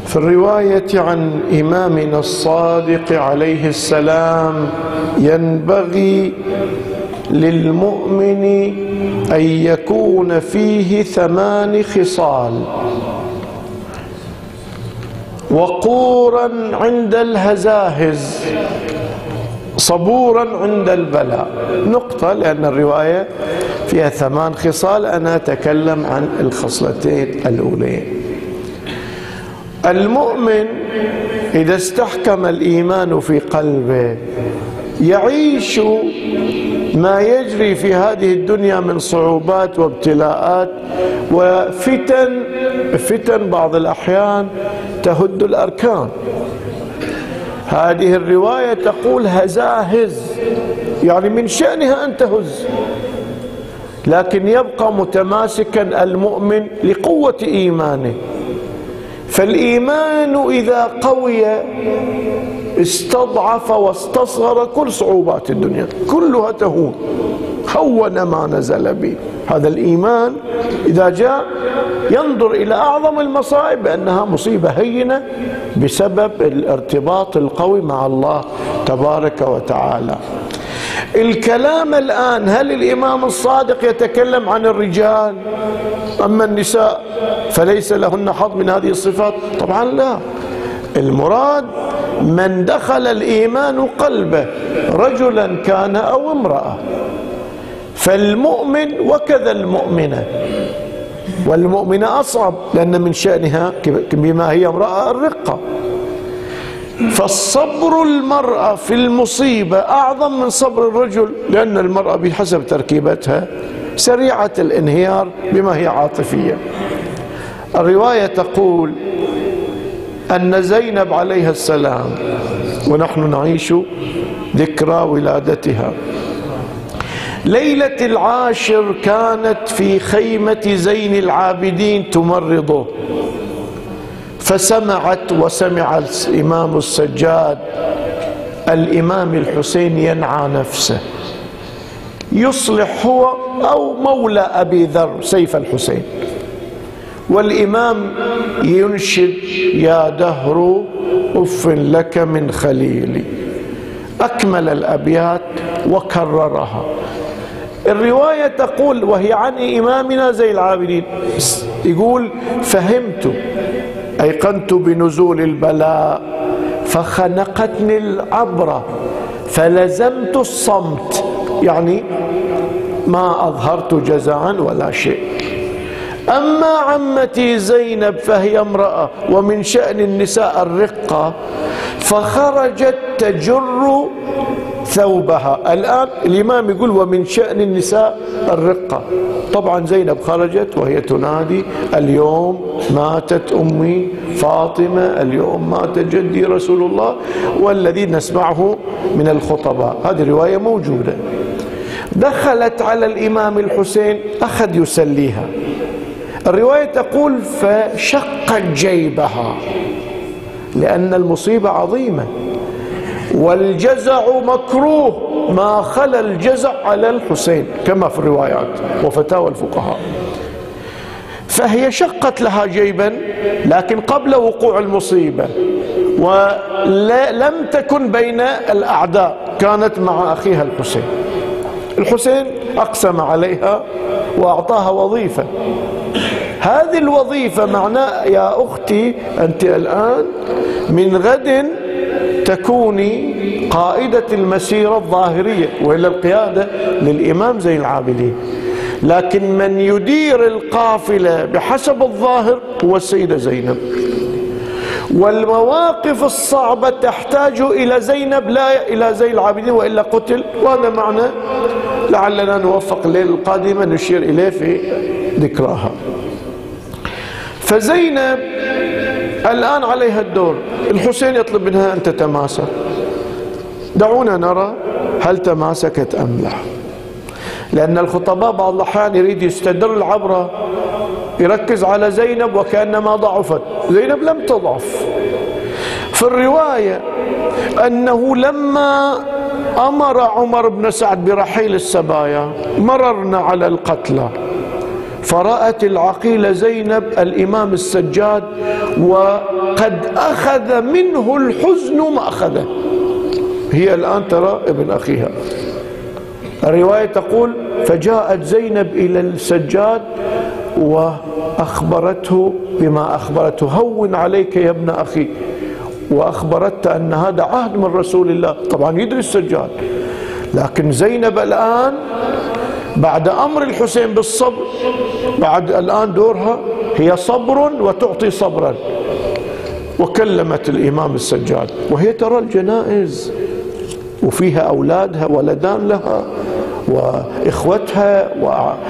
في الرواية عن إمامنا الصادق عليه السلام: ينبغي للمؤمن أن يكون فيه 8 خصال: وقورا عند الهزاهز، صبورا عند البلاء. نقطة، لأن الرواية فيها 8 خصال، أنا أتكلم عن الخصلتين الأولين. المؤمن إذا استحكم الإيمان في قلبه يعيش ما يجري في هذه الدنيا من صعوبات وابتلاءات وفتن بعض الأحيان تهد الأركان. هذه الرواية تقول هزاهز، يعني من شأنها أن تهز، لكن يبقى متماسكا المؤمن لقوة إيمانه. فالإيمان إذا قوي استضعف واستصغر كل صعوبات الدنيا، كلها تهون، هون ما نزل به. هذا الإيمان إذا جاء ينظر إلى أعظم المصائب بأنها مصيبة هينة بسبب الارتباط القوي مع الله تبارك وتعالى. الكلام الآن، هل الإمام الصادق يتكلم عن الرجال؟ أما النساء فليس لهن حظ من هذه الصفات؟ طبعا لا. المراد من دخل الإيمان قلبه، رجلا كان أو امرأة. فالمؤمن وكذا المؤمنة، والمؤمنة أصعب لأن من شأنها بما هي امرأة الرقة. فالصبر المرأة في المصيبة أعظم من صبر الرجل، لأن المرأة بحسب تركيبتها سريعة الانهيار بما هي عاطفية. الرواية تقول أن زينب عليها السلام، ونحن نعيش ذكرى ولادتها، ليلة العاشر كانت في خيمة زين العابدين تمرضه، فسمعت وسمع الإمام السجاد الإمام الحسين ينعى نفسه، يصلح هو أو مولى أبي ذر سيف الحسين، والإمام ينشد: يا دهر أف لك من خليلي. أكمل الأبيات وكررها. الرواية تقول، وهي عن إمامنا زين العابدين، يقول: فهمت، أيقنت بنزول البلاء، فخنقتني العبرة فلزمت الصمت، يعني ما أظهرت جزعا ولا شيء. أما عمتي زينب فهي امرأة، ومن شأن النساء الرقة، فخرجت تجر ثوبها. الآن الإمام يقول ومن شأن النساء الرقة. طبعا زينب خرجت وهي تنادي: اليوم ماتت أمي فاطمة، اليوم مات جدي رسول الله، والذي نسمعه من الخطباء. هذه الرواية موجودة. دخلت على الإمام الحسين، أخذ يسليها. الرواية تقول: فشقت جيبها، لأن المصيبة عظيمة والجزع مكروه، ما خلا الجزع على الحسين كما في الروايات وفتاوى الفقهاء. فهي شقت لها جيبا، لكن قبل وقوع المصيبة، ولم تكن بين الأعداء، كانت مع أخيها الحسين. الحسين أقسم عليها وأعطاها وظيفة. هذه الوظيفة معناه: يا أختي أنت الآن من غد تكوني قائدة المسيرة الظاهرية، وإلا القيادة للإمام زين العابدين، لكن من يدير القافلة بحسب الظاهر هو السيدة زينب. والمواقف الصعبة تحتاج إلى زينب لا إلى زين العابدين، وإلا قتل. وهذا معنى لعلنا نوفق الليلة القادمة نشير إليه في ذكراها. فزينب الآن عليها الدور. الحسين يطلب منها أن تتماسك. دعونا نرى هل تماسكت أم لا، لأن الخطباء بعض الأحيان يريد يستدر العبرة، يركز على زينب وكأنما ضعفت. زينب لم تضعف. في الرواية أنه لما أمر عمر بن سعد برحيل السبايا مررنا على القتلى، فرأت العقيلة زينب الإمام السجاد وقد أخذ منه الحزن ما أخذه. هي الآن ترى ابن أخيها. الرواية تقول فجاءت زينب إلى السجاد وأخبرته بما أخبرته: هون عليك يا ابن أخي، وأخبرته أن هذا عهد من رسول الله. طبعا يدري السجاد، لكن زينب الآن بعد أمر الحسين بالصبر، بعد الآن دورها هي صبر وتعطي صبرا. وكلمت الإمام السجاد وهي ترى الجنائز وفيها أولادها ولدان لها وإخوتها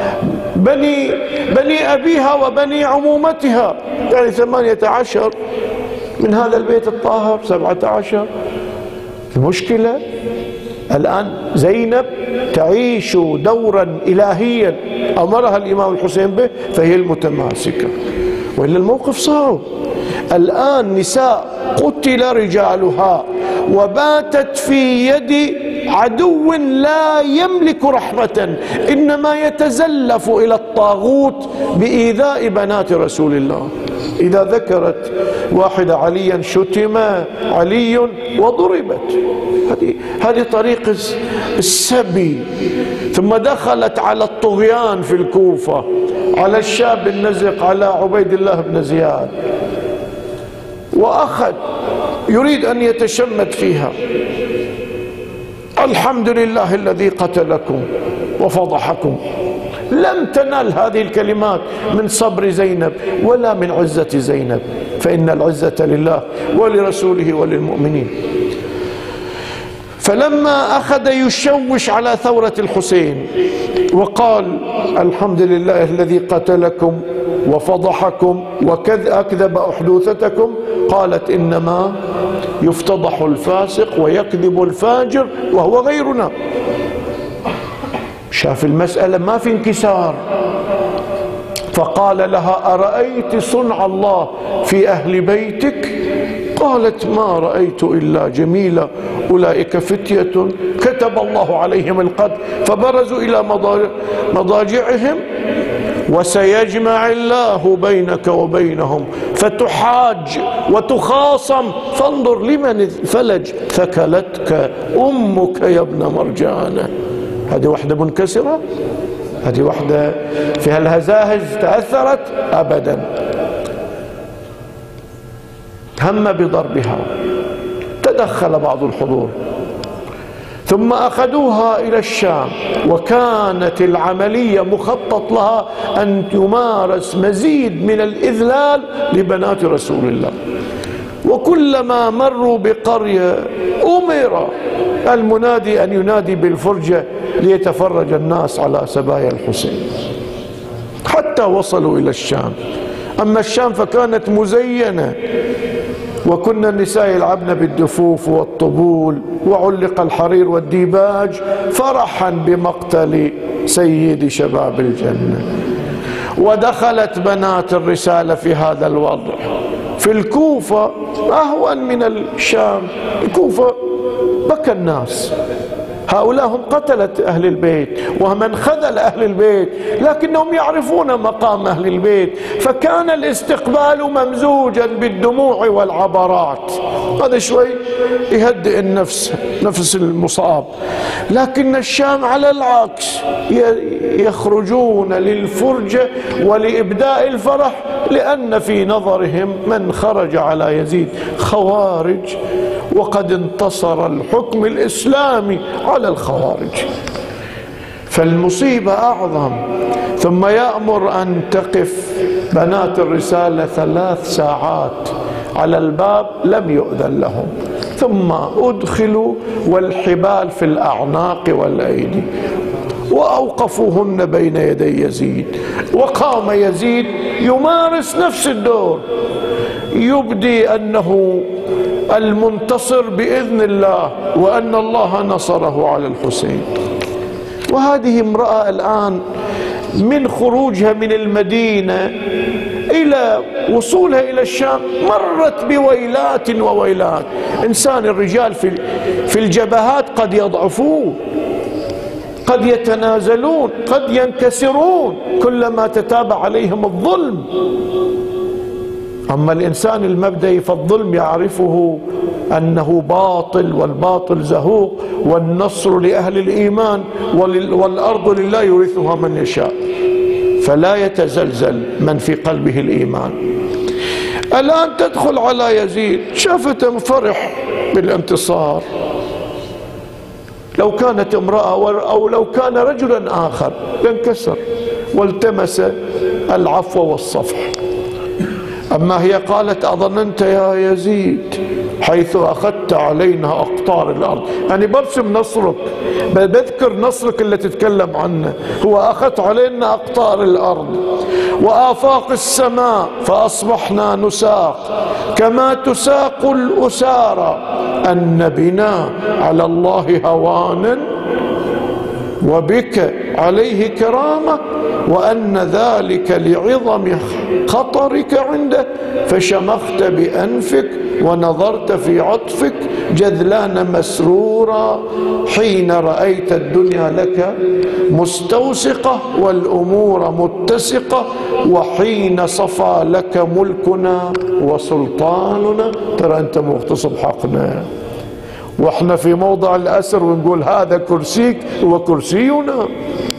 وبني أبيها وبني عمومتها، يعني 18 من هذا البيت الطاهر، 17. المشكلة الآن زينب تعيش دورا إلهيا أمرها الإمام الحسين به، فهي المتماسكة، وإلا الموقف صعب. الآن نساء قتل رجالها وباتت في يد عدو لا يملك رحمة، إنما يتزلف إلى الطاغوت بإيذاء بنات رسول الله. إذا ذكرت واحدة عليا شتم علي وضربت. هذه طريق السبي. ثم دخلت على الطغيان في الكوفة، على الشاب النزق، على عبيد الله بن زياد، وأخذ يريد أن يتشمت فيها. الحمد لله الذي قتلكم وفضحكم. لم تنال هذه الكلمات من صبر زينب ولا من عزة زينب، فإن العزة لله ولرسوله وللمؤمنين. فلما أخذ يشوش على ثورة الحسين وقال الحمد لله الذي قتلكم وفضحكم وأكذب أحدوثتكم، قالت إنما يفتضح الفاسق ويكذب الفاجر وهو غيرنا. شاف المسألة ما في انكسار، فقال لها أرأيت صنع الله في أهل بيتك؟ قالت ما رأيت إلا جميلة، أولئك فتية كتب الله عليهم القتل فبرزوا إلى مضاجعهم وسيجمع الله بينك وبينهم فتحاج وتخاصم، فانظر لمن الفلج ثكلتك أمك يا ابن مرجانة. هذه وحدة منكسرة؟ هذه وحدة فيها الهزاهز تأثرت؟ أبدا. هم بضربها، تدخل بعض الحضور، ثم أخذوها إلى الشام، وكانت العملية مخطط لها أن تمارس مزيد من الإذلال لبنات رسول الله. وكلما مروا بقرية أمر المنادي أن ينادي بالفرجة ليتفرج الناس على سبايا الحسين، حتى وصلوا إلى الشام. أما الشام فكانت مزينة، وكنا النساء يلعبن بالدفوف والطبول، وعلق الحرير والديباج فرحا بمقتل سيد شباب الجنة. ودخلت بنات الرسالة في هذا الوضع. في الكوفة أهون من الشام. الكوفة بكى الناس، هؤلاء هم قتلة أهل البيت ومن خذل أهل البيت، لكنهم يعرفون مقام أهل البيت، فكان الاستقبال ممزوجا بالدموع والعبرات. هذا شوي يهدئ النفس، نفس المصاب. لكن الشام على العكس يخرجون للفرجة ولإبداء الفرح، لأن في نظرهم من خرج على يزيد خوارج، وقد انتصر الحكم الإسلامي على الخوارج. فالمصيبة أعظم. ثم يأمر أن تقف بنات الرسالة 3 ساعات على الباب، لم يؤذن لهم، ثم أدخلوا والحبال في الأعناق والأيدي، وأوقفوهن بين يدي يزيد. وقام يزيد يمارس نفس الدور، يبدي أنه المنتصر بإذن الله، وأن الله نصره على الحسين. وهذه امرأة الآن من خروجها من المدينة إلى وصولها إلى الشام مرت بويلات وويلات. إنسان الرجال في الجبهات قد يضعفون، قد يتنازلون، قد ينكسرون كلما تتابع عليهم الظلم. أما الإنسان المبدئي فالظلم يعرفه أنه باطل، والباطل زهوق، والنصر لأهل الإيمان، والأرض لله يورثها من يشاء، فلا يتزلزل من في قلبه الإيمان. الآن تدخل على يزيد، شافته فرح بالانتصار، لو كانت امرأة أو لو كان رجلا آخر لانكسر والتمس العفو والصفح. أما هي قالت أظننت يا يزيد حيث أخذت علينا أقطار الأرض، يعني برسم نصرك، بذكر نصرك اللي تتكلم عنه، هو أخذت علينا أقطار الأرض وآفاق السماء فأصبحنا نساق كما تساق الأسارى، أن بنا على الله هوانا وبك عليه كرامة، وأن ذلك لعظم خطرك عنده، فشمخت بأنفك ونظرت في عطفك جذلان مسرورا حين رأيت الدنيا لك مستوسقة والأمور متسقة، وحين صفى لك ملكنا وسلطاننا. ترى أنت مغتصب حقنا، واحنا في موضع الأسر ونقول هذا كرسيك وكرسينا.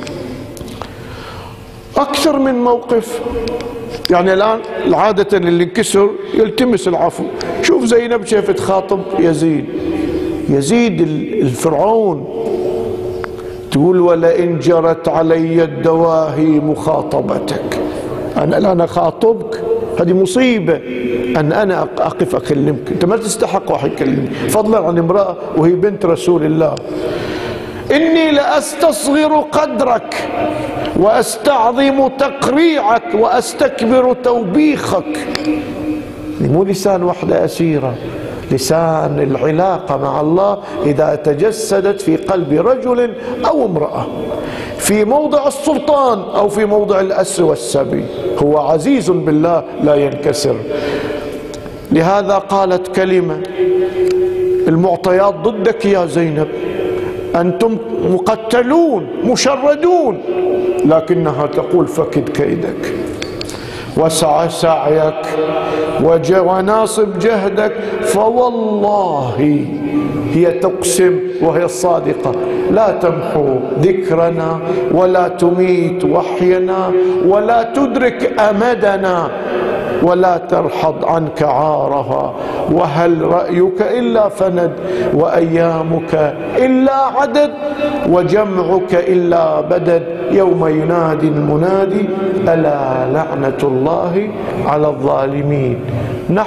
أكثر من موقف، يعني الآن عادة اللي انكسر يلتمس العفو. شوف زينب كيف تخاطب يزيد الفرعون، تقول ولئن جرت علي الدواهي مخاطبتك، أنا الآن أخاطبك، هذه مصيبة أن أنا أقف أكلمك، أنت ما تستحق واحد يكلمك، فضلا عن امرأة وهي بنت رسول الله. إني لأستصغر قدرك وأستعظم تقريعك وأستكبر توبيخك. مو لسان وحدة أسيرة، لسان العلاقة مع الله إذا تجسدت في قلب رجل أو امرأة، في موضع السلطان أو في موضع الأسر والسبي، هو عزيز بالله لا ينكسر. لهذا قالت كلمة: المعطيات ضدك يا زينب، أنتم مقتلون مشردون، لكنها تقول فكد كيدك وسع سعيك وناصب جهدك، فوالله هي تقسم وهي الصادقة: لا تمحو ذكرنا ولا تميت وحينا ولا تدرك أمدنا ولا ترحض عنك عارها، وهل رأيك إلا فند وأيامك إلا عدد وجمعك إلا بدد، يوم ينادي المنادي ألا لعنة الله على الظالمين.